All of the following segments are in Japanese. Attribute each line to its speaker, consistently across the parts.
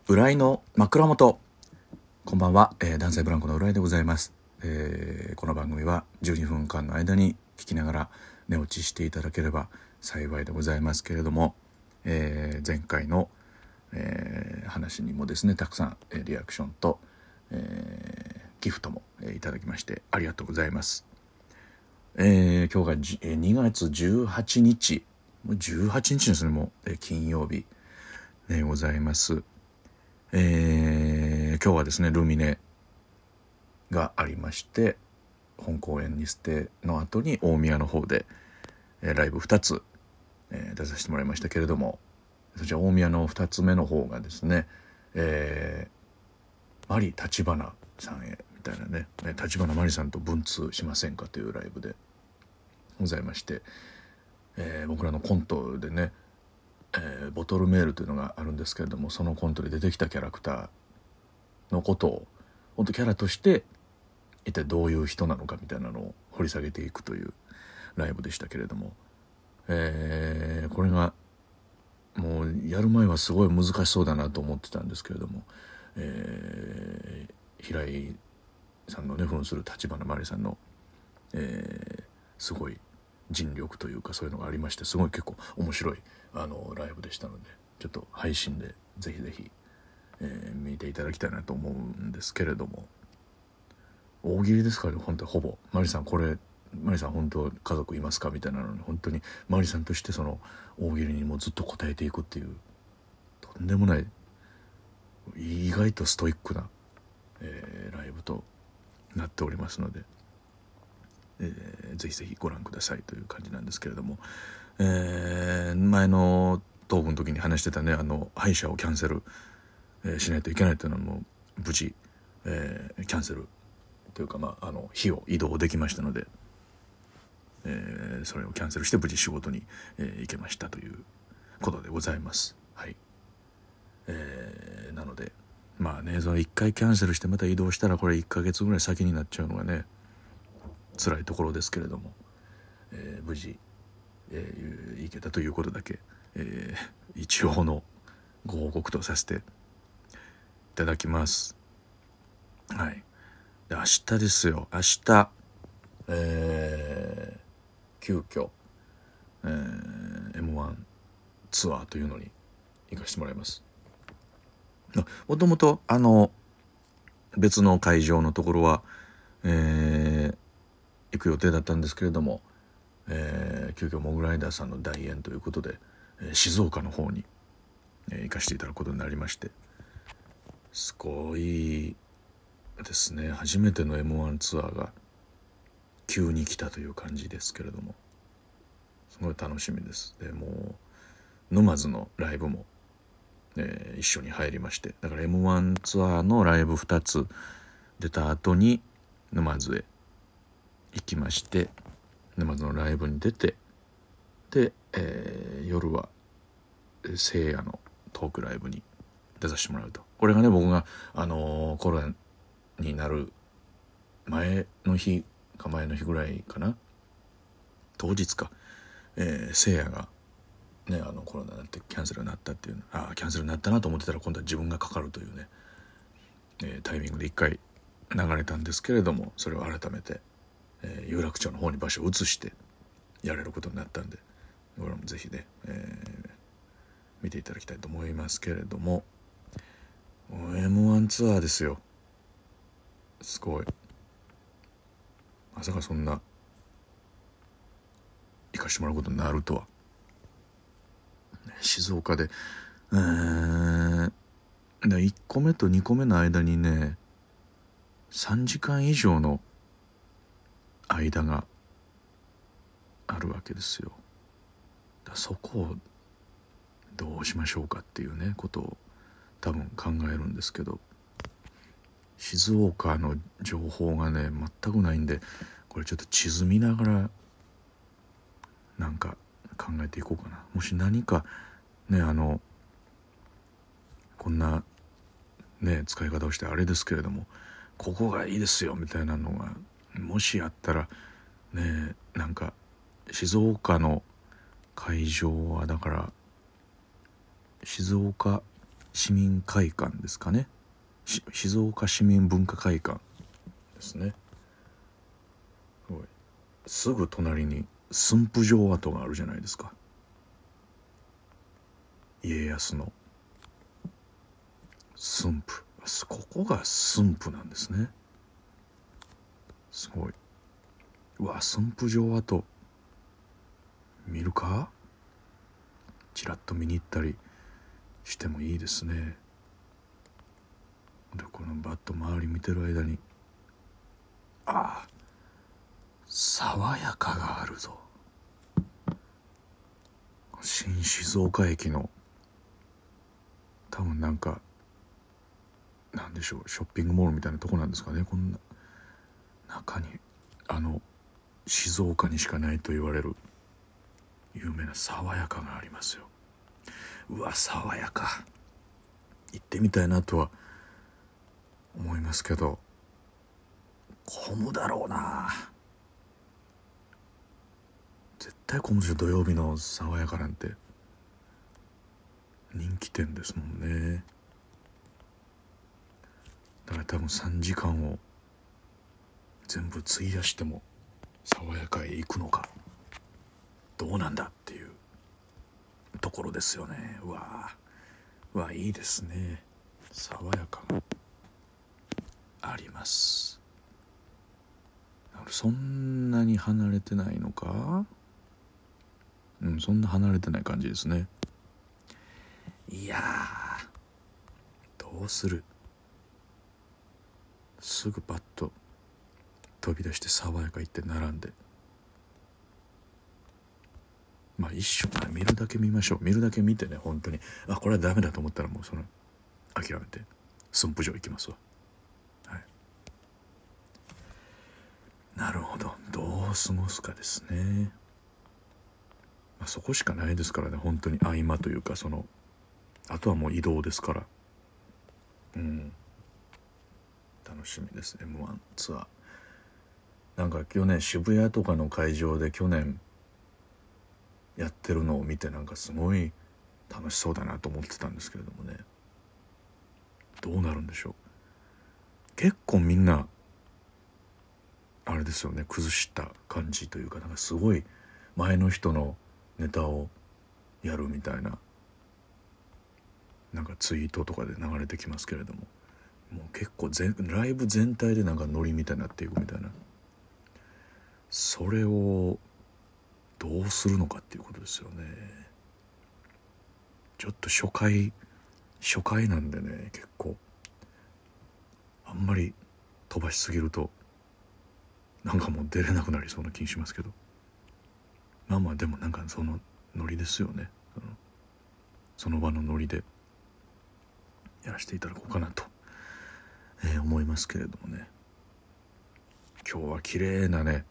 Speaker 1: 浦井の枕元。こんばんは、男性ブランコの浦井でございます。この番組は12分間の間に聞きながら寝落ちしていただければ幸いでございますけれども、前回の、話にもですね、たくさんリアクションと、ギフトもいただきましてありがとうございます。今日が2月18日もう18日ですね。もう金曜日でございます。今日はですねルミネがありまして、本公演にステの後に大宮の方で、ライブ2つ、出させてもらいましたけれども、そちら大宮の2つ目の方がですね、マリ立花さんへみたいなね、立花マリさんと文通しませんかというライブでございまして、僕らのコントでね、ボトルメールというのがあるんですけれども、そのコントで出てきたキャラクターのことを本当キャラとして一体どういう人なのかみたいなのを掘り下げていくというライブでしたけれども、これがもうやる前はすごい難しそうだなと思ってたんですけれども、平井さんのね扮する立花マリさんの、すごい尽力というかそういうのがありまして、すごい結構面白いライブでしたので、ちょっと配信でぜひぜひ、見ていただきたいなと思うんですけれども、大喜利ですからね。本当ほぼマリさんマリさん本当家族いますかみたいなのに、本当にマリさんとしてその大喜利にもずっと答えていくっていう、とんでもない意外とストイックな、ライブとなっておりますので、ぜひぜひご覧くださいという感じなんですけれども、前のトークの時に話してたね、歯医者をキャンセル、しないといけないというのも無事、キャンセルというか、日を移動できましたので、それをキャンセルして無事仕事に、行けましたということでございます。はい。なのでまあね、その1回キャンセルしてまた移動したらこれ1ヶ月ぐらい先になっちゃうのがね辛いところですけれども、無事、行けたということだけ、一応のご報告とさせていただきます。はい。で明日ですよ。明日、急遽、M1 ツアーというのに行かせてもらいます。もともと別の会場のところは、行く予定だったんですけれども、急遽モグライダーさんの代演ということで、静岡の方に、行かせていただくことになりまして、すごいですね。初めての M1 ツアーが急に来たという感じですけれども、すごい楽しみです。でもう沼津のライブも、一緒に入りまして、だから M1 ツアーのライブ2つ出た後に沼津へ行きまして、沼津のライブに出て、で、夜は聖夜のトークライブに出させてもらうと。これがね、僕がコロナになる前の日ぐらいかな、当日か、聖夜がね、コロナになってキャンセルになったっていう、キャンセルになったなと思ってたら今度は自分がかかるというね、タイミングで一回流れたんですけれども、それを改めて、有楽町の方に場所を移してやれることになったんで、これもぜひね、見ていただきたいと思いますけれども、M1 ツアーですよ。すごい。まさかそんな行かしてもらうことになるとは。静岡で1個目と2個目の間にね3時間以上の間があるわけですよ。そこをどうしましょうかっていうねことを多分考えるんですけど、静岡の情報がね全くないんで、これちょっと地図見ながらなんか考えていこうかな。もし何かねこんなね使い方をしてあれですけれども、ここがいいですよみたいなのがもしあったらね、なんか静岡の会場はだから静岡市民会館ですかね、静岡市民文化会館ですね。すぐ隣に駿府城跡があるじゃないですか。家康の駿府、ここが駿府なんですね。すごい。うわ、駿府城跡見るか、ちらっと見に行ったりしてもいいですね。でこのバッと周り見てる間に、ああ、爽やかがあるぞ。新静岡駅の多分なんかなんでしょう、ショッピングモールみたいなとこなんですかね。こんな中に静岡にしかないと言われる有名な爽やかがありますよ。うわ、爽やか行ってみたいなとは思いますけど、混むだろうな。絶対混むでしょ。土曜日の爽やかなんて人気店ですもんね。だから多分3時間を全部費やしても爽やかへ行くのかどうなんだっていうところですよね。うわいいですね。爽やかがあります。そんなに離れてないのか。そんな離れてない感じですね。いやどうする、すぐパッと飛び出して爽やか行って並んで、まあ一緒に見るだけ見ましょう。見るだけ見てね、本当にこれはダメだと思ったらもう諦めて駿府城行きますわ。はい、なるほど、どう過ごすかですね。そこしかないですからね、本当に合間というか、あとはもう移動ですから。楽しみです。 M1 ツアー。なんか去年渋谷とかの会場で去年やってるのを見て、なんかすごい楽しそうだなと思ってたんですけれどもね、どうなるんでしょう。結構みんなあれですよね、崩した感じというか、なんかすごい前の人のネタをやるみたいな、なんかツイートとかで流れてきますけれども、もう結構ライブ全体でなんかノリみたいになっていくみたいな、それをどうするのかっていうことですよね。ちょっと初回なんでね、結構あんまり飛ばしすぎるとなんかもう出れなくなりそうな気しますけど、まあでもなんかそのノリですよね。その場のノリでやらせていただこうかなと、思いますけれどもね。今日は綺麗なね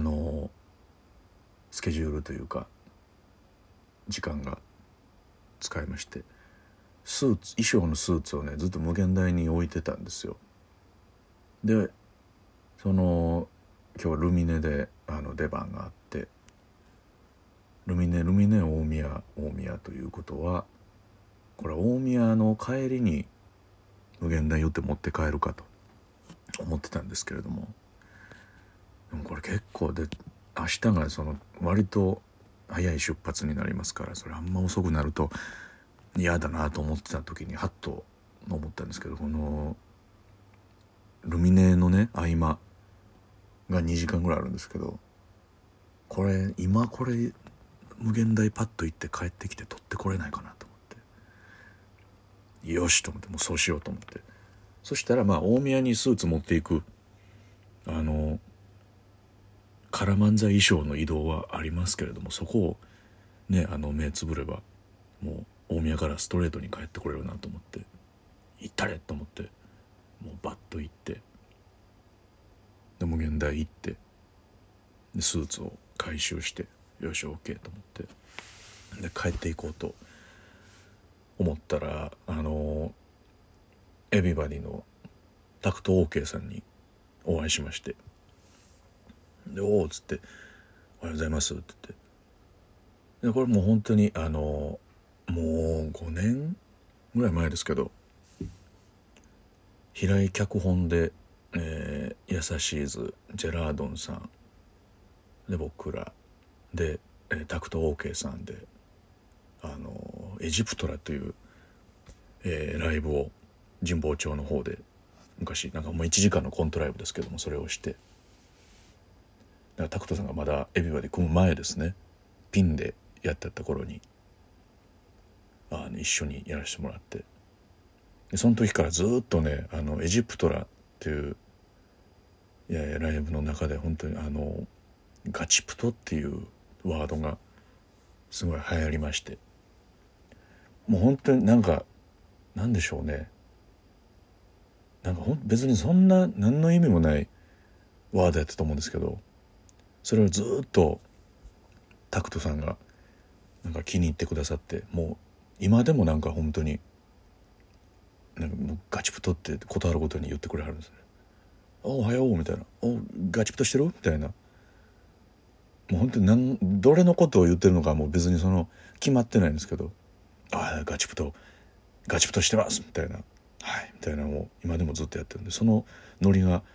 Speaker 1: スケジュールというか時間が使いまして、衣装のスーツをねずっと無限大に置いてたんですよ。で今日はルミネで出番があって、ルミネ大宮ということは、これ大宮の帰りに無限大寄って持って帰るかと思ってたんですけれども、でもこれ結構で明日が割と早い出発になりますから、それあんま遅くなると嫌だなと思ってた時にハッと思ったんですけど、このルミネのね合間が2時間ぐらいあるんですけど、これ無限大パッと行って帰ってきて取ってこれないかなと思って、よしと思って、もうそうしようと思って、そしたら大宮にスーツ持っていくカラ漫才衣装の移動はありますけれども、そこをね目つぶればもう大宮からストレートに帰ってこれるなと思って、行ったれと思ってもうバッと行って、で無限大行ってでスーツを回収して、よし OK と思ってで帰っていこうと思ったらエビバディのタクト OK さんにお会いしまして、でおーっつっておはようございますって言って、でこれもう本当にもう5年ぐらい前ですけど、平井脚本で、優しいズ、ジェラードンさんで僕らで、タクト OK さんでエジプトラという、ライブを神保町の方で昔なんかもう1時間のコントライブですけども、それをして、だからタクトさんがまだエビバで組む前ですね、ピンでやってた頃に一緒にやらせてもらって、でその時からずっとねエジプトラっていうライブの中で本当にガチプトっていうワードがすごい流行りまして、もう本当になんでしょうね、別にそんな何の意味もないワードやったと思うんですけど、それをずっとタクトさんが気に入ってくださって、もう今でも本当にもうガチプトってことあるごとに言ってくれはるんですね。おはようみたいな、おガチプトしてるみたいな、もう本当にどれのことを言ってるのかもう別に決まってないんですけど、ガチプトしてますみたいな、はいみたいなのを今でもずっとやってるんで、そのノリが、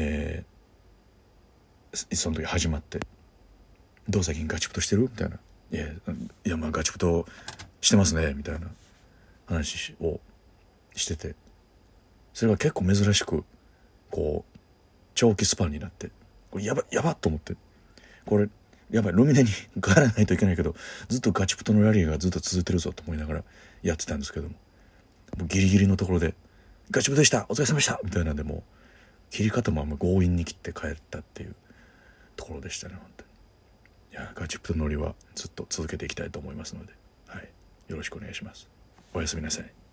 Speaker 1: その時始まって、どう最近ガチプトしてるみたいな、いやまあガチプトしてますねみたいな話をしてて、それが結構珍しくこう長期スパンになって、これやばっと思って、これやばい、ルミネに帰らないといけないけどずっとガチプトのラリーがずっと続いてるぞと思いながらやってたんですけども、もうギリギリのところでガチプトでした、お疲れ様でしたみたいなんで、もう切り方も強引に切って帰ったっていうところでしたね。本当にガチプトノリはずっと続けていきたいと思いますので、はい、よろしくお願いします。おやすみなさい。